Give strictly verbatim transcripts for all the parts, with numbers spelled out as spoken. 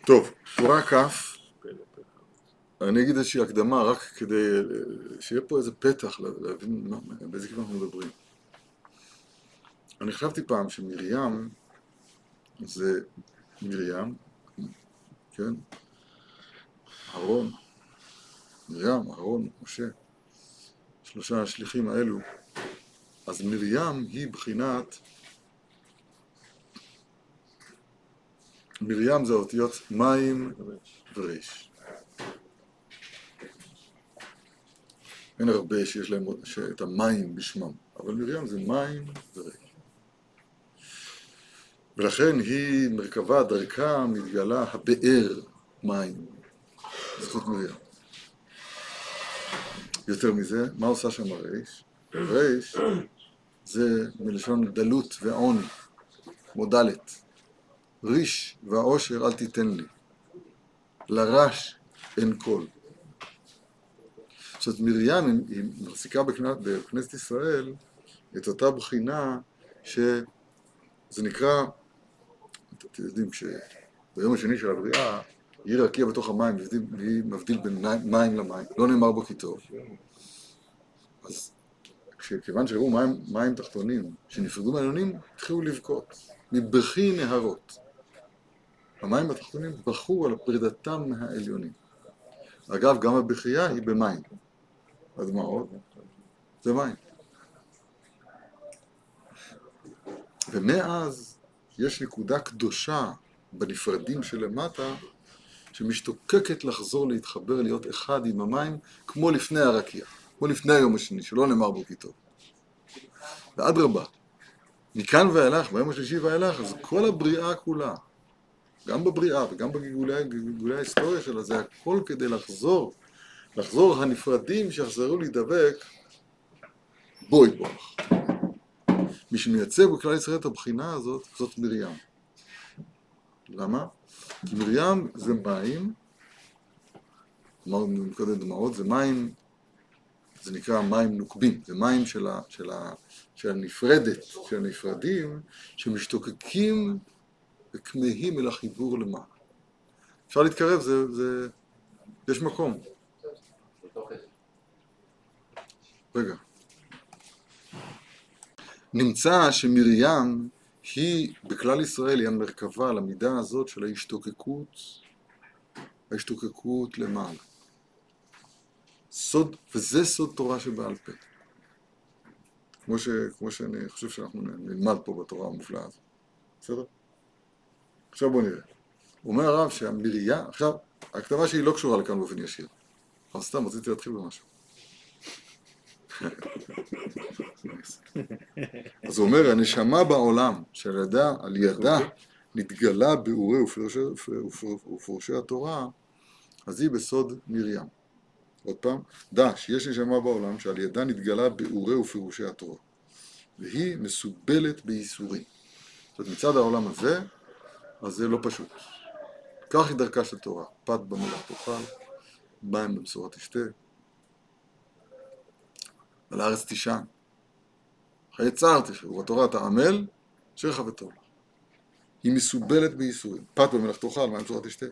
טוב, שורה כף, אני אגיד איזושהי הקדמה רק כדי שיהיה פה איזה פתח להבין באיזה כיוון אנחנו מדברים. אני חשבתי פעם שמרים זה מרים, כן? אהרון, מרים, אהרון, משה, שלושה השליחים האלו. אז מרים היא בחינת, מרים זה האותיות מים וריש. אין הרבה שיש להם את המים בשמם, אבל מרים זה מים וריש. ולכן היא מרכבה, דרכה מתגלה הבאר מים. זכות מרים. יותר מזה, מה עושה שם הריש? הריש זה מלשון דלות ועוני, מודלת. ריש והעושר אל תיתן לי. לרש אין קול. זאת אומרת, מרים היא מחזיקה בכנסת ישראל את אותה בחינה שזה נקרא, אתם יודעים, כשביום השני של הבריאה, היא רקיע בתוך המים, והיא מבדיל בין מים למים, לא נאמר בו כי טוב. אז כיוון שראו מים, מים תחתונים שנפרדו מהעליונים, התחילו לבכות, מבכי נהרות. המים התחתונים בכו על פרידתם מהעליונים. אגב, גם הבכייה היא במים. הדמעות זה מים. ומאז יש נקודה קדושה בנפרדים שלמטה, שמשתוקקת לחזור להתחבר, להיות אחד עם המים, כמו לפני הרקיע, כמו לפני היום השני, שלא נאמר בו כי טוב. ואדרבה, מכאן ואילך, ביום השלישי ואילך, אז כל הבריאה כולה, גם בבריאה וגם בגלגולי ההיסטוריה שלה, זה הכל כדי לחזור, לחזור הנפרדים שיחזרו להידבק בו יתברך. מי שמייצג בכלל ישראל את הבחינה הזאת, זאת מרים. למה? כי מרים זה מים, אמרנו מקודם דמעות, זה מים, זה נקרא מים נוקבים, זה מים של, ה, של, ה, של הנפרדת, של הנפרדים, שמשתוקקים וכמהים אל החיבור למעלה. אפשר להתקרב, זה, זה, יש מקום. רגע. נמצא שמרים היא בכלל ישראל, היא המרכבה למידה הזאת של ההשתוקקות, ההשתוקקות למעלה. סוד, וזה סוד תורה שבעל פה. כמו, ש, כמו שאני חושב שאנחנו נלמד פה בתורה המופלאה הזאת. בסדר? עכשיו בואו נראה. הוא אומר הרב שהמרים, עכשיו, הכתבה שלי לא קשורה לכאן באופן ישיר. אבל סתם, רציתי להתחיל במשהו. אז הוא אומר, הנשמה בעולם של ידה, על ידה נתגלה באורי ופורשי התורה, אז היא בסוד מרים. עוד פעם, דע שיש נשמה בעולם שעל ידה נתגלה באורי ופירושי התורה, והיא מסובלת בייסורים. זאת אומרת, מצד העולם הזה, אז זה לא פשוט. כך היא דרכה של תורה, פת במלח תאכל, מים במשורה תשתה, על הארץ תישן. חיי צער תשאו, בתורה תעמל, אשר חבטו. היא מסובלת בייסורים. פת במלח תאכל, מים במשורה תשתה.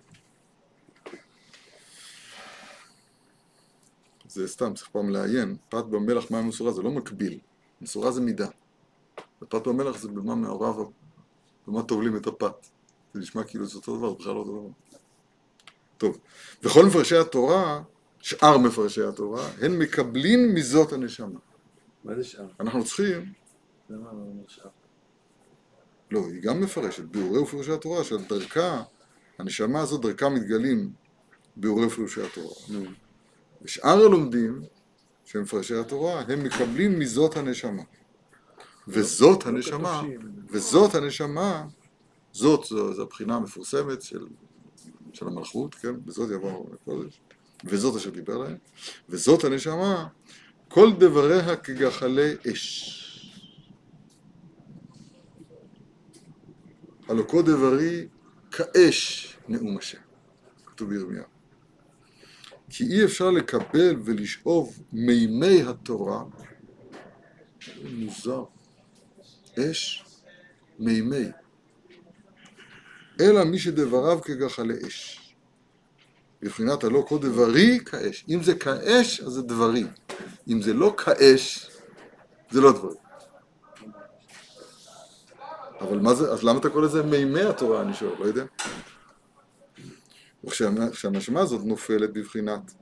זה סתם, צריך פעם לעיין. פת במלח, מים במשורה, זה לא מקביל. משורה זה מידה. ופת במלח זה במה מעורב, במה טובלים את הפת. זה נשמע כאילו זה אותו דבר, בכלל לא אותו דבר. טוב, וכל מפרשי התורה, שאר מפרשי התורה, הם מקבלים מזאת הנשמה. מה זה שאר? אנחנו צריכים... זה מה אומר שאר? לא, היא גם מפרשת, באורי ופרשי התורה, של דרכה, הנשמה הזאת דרכה מתגלים באורי ופרשי התורה. ושאר הלומדים, שהם מפרשי התורה, הם מקבלים מזאת הנשמה. וזאת הנשמה, וזאת הנשמה, זאת, זו, זו הבחינה המפורסמת של, של המלכות, כן? בזאת יבוא הקודש, וזאת אשר דיבר להם, וזאת הנשמה, כל דבריה כגחלי אש. הלא כל דברי כאש נאום השם, כתוב בירמיה. כי אי אפשר לקבל ולשאוב מימי התורה, מוזר, אש, מימי. אלא מי שדבריו כגחלי אש. בבחינת הלא כל דברי כאש. אם זה כאש, אז זה דברי. אם זה לא כאש, זה לא דברי. אבל מה זה, אז למה אתה קורא לזה מימי התורה, אני שואל, לא יודע. וכשהנשמה הזאת נופלת בבחינת,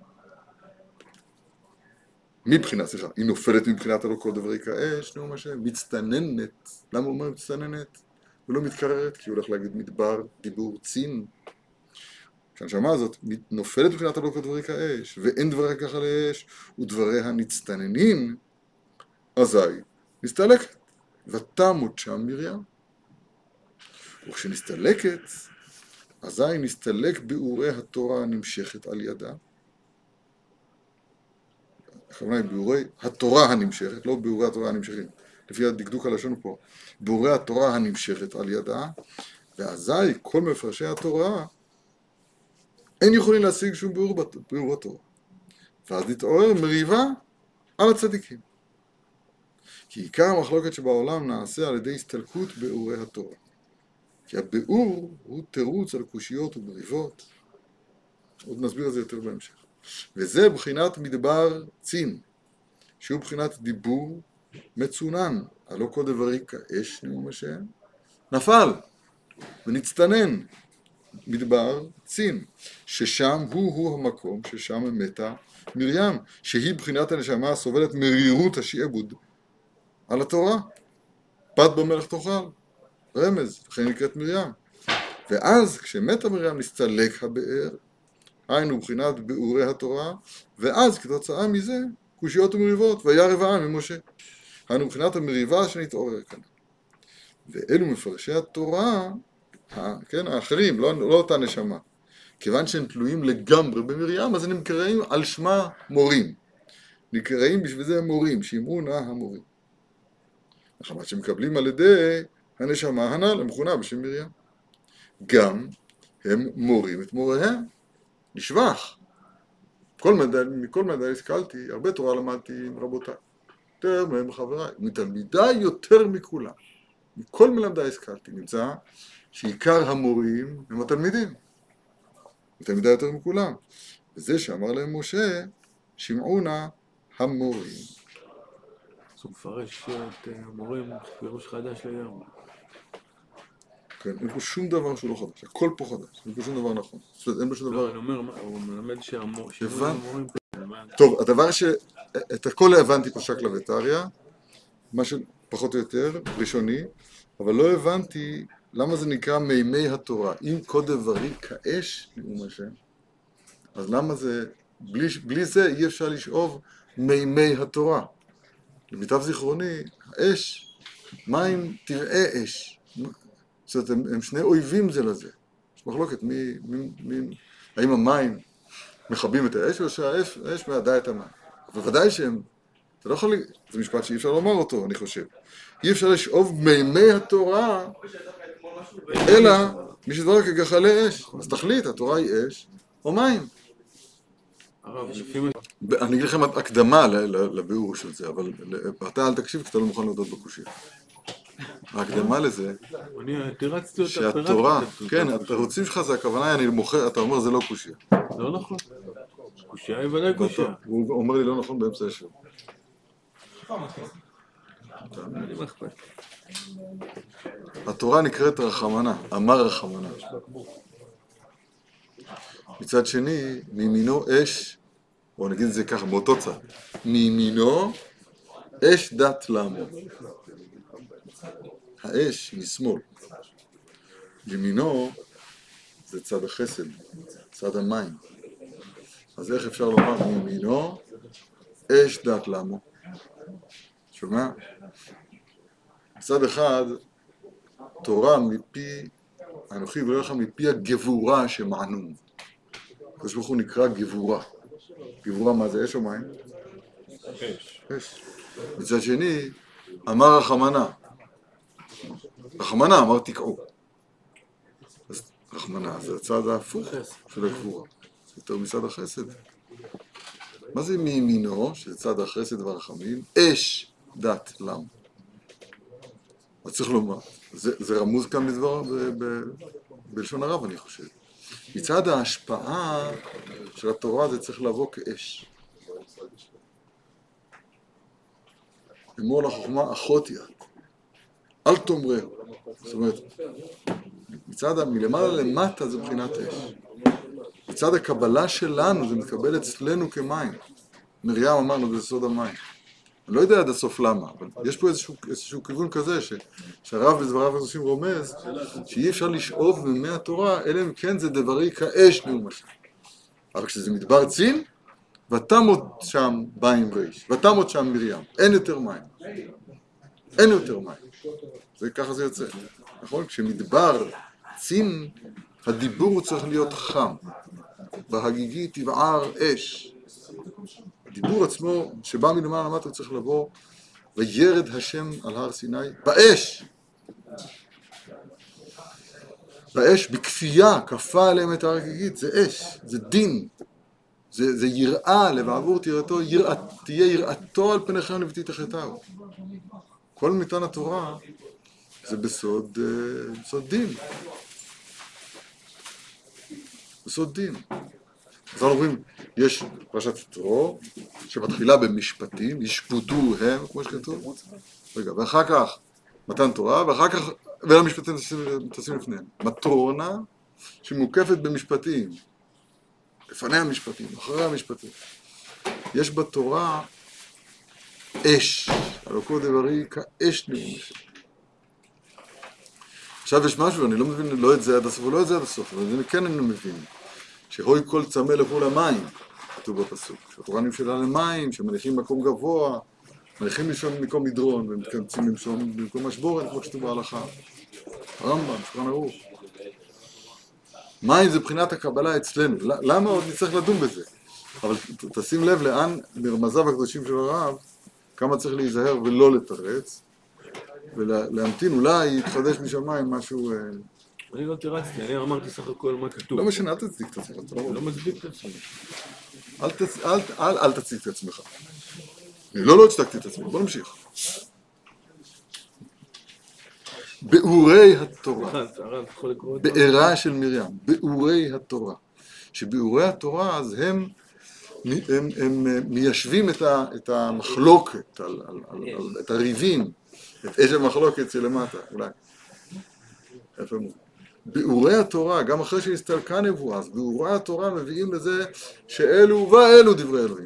מבחינת, סליחה, היא נופלת מבחינת הלא כל דברי כאש, נאום השם, מצטננת. למה הוא אומר מצטננת? ולא מתקררת, כי הוא הולך להגיד מדבר, דיבור, צין. כשהנשמה הזאת נופלת בבחינת הלא כל דברי כאש, ואין דבריה ככה לאש, ודבריה נצטננים, אזי נסתלקת, ותמות שם מרים. וכשנסתלקת, אזי נסתלק באורי התורה הנמשכת על ידה. הכוונה היא באורי התורה הנמשכת, לא באורי התורה הנמשכים. לפי הדקדוק הלשון פה, באורי התורה הנמשכת על ידה, ואזי כל מפרשי התורה אין יכולים להשיג שום ביאור ביאור התורה. ואז נתעורר מריבה על הצדיקים. כי עיקר המחלוקת שבעולם נעשה על ידי הסתלקות באורי התורה. כי הביאור הוא תירוץ על קושיות ומריבות. עוד נסביר את זה יותר בהמשך. וזה בחינת מדבר צין, שהוא בחינת דיבור מצונן, הלא כל דברי כאש נאום השם, נפל ונצטנן. מדבר צין, ששם הוא-הוא המקום ששם מתה מרים, שהיא בחינת הנשמה הסובלת מרירות השעבוד על התורה. פת במלך תאכל, רמז, לכן נקראת מרים. ואז כשמתה מרים נסתלק הבאר, היינו בחינת באורי התורה, ואז כתוצאה מזה קושיות ומריבות, וירא העם ממשה. היינו בחינת המריבה שנתעורר כאן. ואלו מפרשי התורה, כן, האחרים, לא, לא אותה נשמה. כיוון שהם תלויים לגמרי במרים, אז הם נקראים על שמה מורים. נקראים בשביל זה מורים, שימרו נא המורים. החמת שמקבלים על ידי הנשמה הנ"ל, המכונה בשם מרים. גם הם מורים את מוריהם, לשבח. כל מדע, מכל מדע השכלתי, הרבה תורה למדתי עם רבותיי. יותר מהם חבריי, מתלמידיי יותר מכולם. מכל מלמדי השכלתי, נמצא שעיקר המורים הם התלמידים. מתלמידיי יותר מכולם. וזה שאמר להם משה, שמעו נא המורים. אז הוא מפרש את המורים פירוש חדש לגמרי. כן, אין פה שום דבר שהוא לא חדש, הכל פה חדש, אין פה שום דבר נכון. זאת אומרת, אין פה שום דבר... לא, אני אומר, הוא מלמד שהמורים... טוב, הדבר ש... את הכל הבנתי פה שקלא וטריא, מה שפחות או יותר, ראשוני, אבל לא הבנתי למה זה נקרא מימי התורה. אם כל דברי כאש, נאום השם, אז למה זה... בלי, בלי זה אי אפשר לשאוב מימי התורה. למיטב זיכרוני, האש, מים תראה אש. זאת אומרת, הם, הם שני אויבים זה לזה. יש מחלוקת, מי, מי, מי, האם המים מכבים את האש, או שהאש מעדה את המים. אבל ודאי שהם, אתה לא יכול, זה משפט שאי אפשר לומר אותו, אני חושב. אי אפשר לשאוב מימי התורה, אלא מי שדבר כגחלי אש. אז תחליט, התורה היא אש, או מים. אני אגיד לכם הקדמה לביאור של זה, אבל אתה אל תקשיב, כי אתה לא מוכן להודות בקושיה. ההקדמה לזה, שהתורה, כן, התירוצים שלך זה הכוונה, אני מוכר, אתה אומר זה לא קושיה. לא נכון. קושיה היא ודאי קושיה. הוא אומר לי לא נכון באמצע השיעור. התורה נקראת רחמנה, אמר רחמנה. מצד שני, מימינו אש, או נגיד את זה ככה, באותו צד, מימינו אש דת למו. האש משמאל. ימינו זה צד החסד, צד המים. אז איך אפשר לומר מימינו אש דת למו? שומע? מצד אחד, תורה מפי, אנוכי ולא לך מפי הגבורה שמענון. הקדוש ברוך הוא נקרא גבורה. גבורה מה זה, אש או מים? אש. אש. מצד שני, אמר רחמנה. רחמנה אמר תקעו. אז רחמנה זה הצד ההפוך של הגבורה. זה יותר מצד החסד. מה זה מימינו, שזה צד החסד והרחמים? אש דת למו. אז צריך לומר, זה, זה רמוז כאן בדבר, בלשון הרב אני חושב. מצד ההשפעה של התורה זה צריך לבוא כאש. אמור לחוכמה אחות יד, אל תאמרהו. זאת אומרת, מצד מלמעלה למטה זה מבחינת אש. מצד הקבלה שלנו זה מתקבל אצלנו כמים. מרים אמרנו זה סוד המים. אני לא יודע עד הסוף למה, אבל יש פה איזשהו, איזשהו כיוון כזה ש, שהרב בדבריו הקדושים רומז שאי אפשר לשאוב ממי התורה, אלא אם כן זה דברי כאש נאום השם. אבל כשזה מדבר צין, ותמות שם בים ואיש, ותמות שם מרים, אין יותר מים. אין יותר מים. זה ככה זה יוצא. נכון? כשמדבר צין, הדיבור הוא צריך להיות חם. בהגיגי תבער אש. הדיבור עצמו שבא מלמעלה למטה צריך לבוא וירד השם על הר סיני באש. באש בכפייה כפה עליהם את ההגיגית, זה אש, זה דין. זה, זה יראה, לבעבור תיראתו, יראה, תהיה יראתו על פניכם לבטית החטאו. כל מתן התורה זה בסוד, בסוד דין. בסוד דין. אז אנחנו אומרים, יש פרשת יתרו, שמתחילה במשפטים, ישפטו הם, כמו שכתוב. רגע, ואחר כך מתן תורה, ואחר כך, ולמשפטים תשים לפניהם. מטרונה, שמוקפת במשפטים. לפני המשפטים, אחרי המשפטים. יש בתורה אש, הלא כל דברי כאש נאום השם. עכשיו יש משהו, אני לא מבין לא את זה עד הסוף ולא את זה עד הסוף, אבל אני כן אני מבין. שהוי כל צמא לכו למים, כתוב בפסוק. שהתורה נמשלה למים, שמניחים מקום גבוה, מניחים לישון במקום מדרון, ומתכנסים לישון במקום משבורת, כמו שכתוב בהלכה. הרמב"ם, שולחן ערוך. מים זה בחינת הקבלה אצלנו. למה עוד נצטרך לדון בזה? אבל תשים לב לאן מרמזיו הקדושים של הרב, כמה צריך להיזהר ולא לתרץ, ולהמתין, אולי יתחדש משמיים משהו... אני לא תרצתי, אני אמרתי סך הכל מה כתוב. לא משנה, אל תצדיק את עצמך. לא מצדיק את עצמי. אל תצדיק את עצמך. אני לא לא הצדקתי את עצמי, בוא נמשיך. באורי התורה, בארה של מרים, באורי התורה. שבאורי התורה אז הם, הם, הם מיישבים את, ה, את המחלוקת, על, על, על, על, את הריבים, את אש המחלוקת שלמטה, אולי. איפה הם? באורי התורה, גם אחרי שהסתלקה נבואה, אז באורי התורה מביאים לזה שאלו ואלו דברי אלוהים.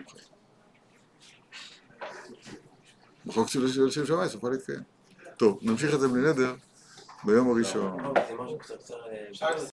בחוק של שם שמיים, סופה להתקיים. טוב, נמשיך את זה בלי נדר ביום הראשון.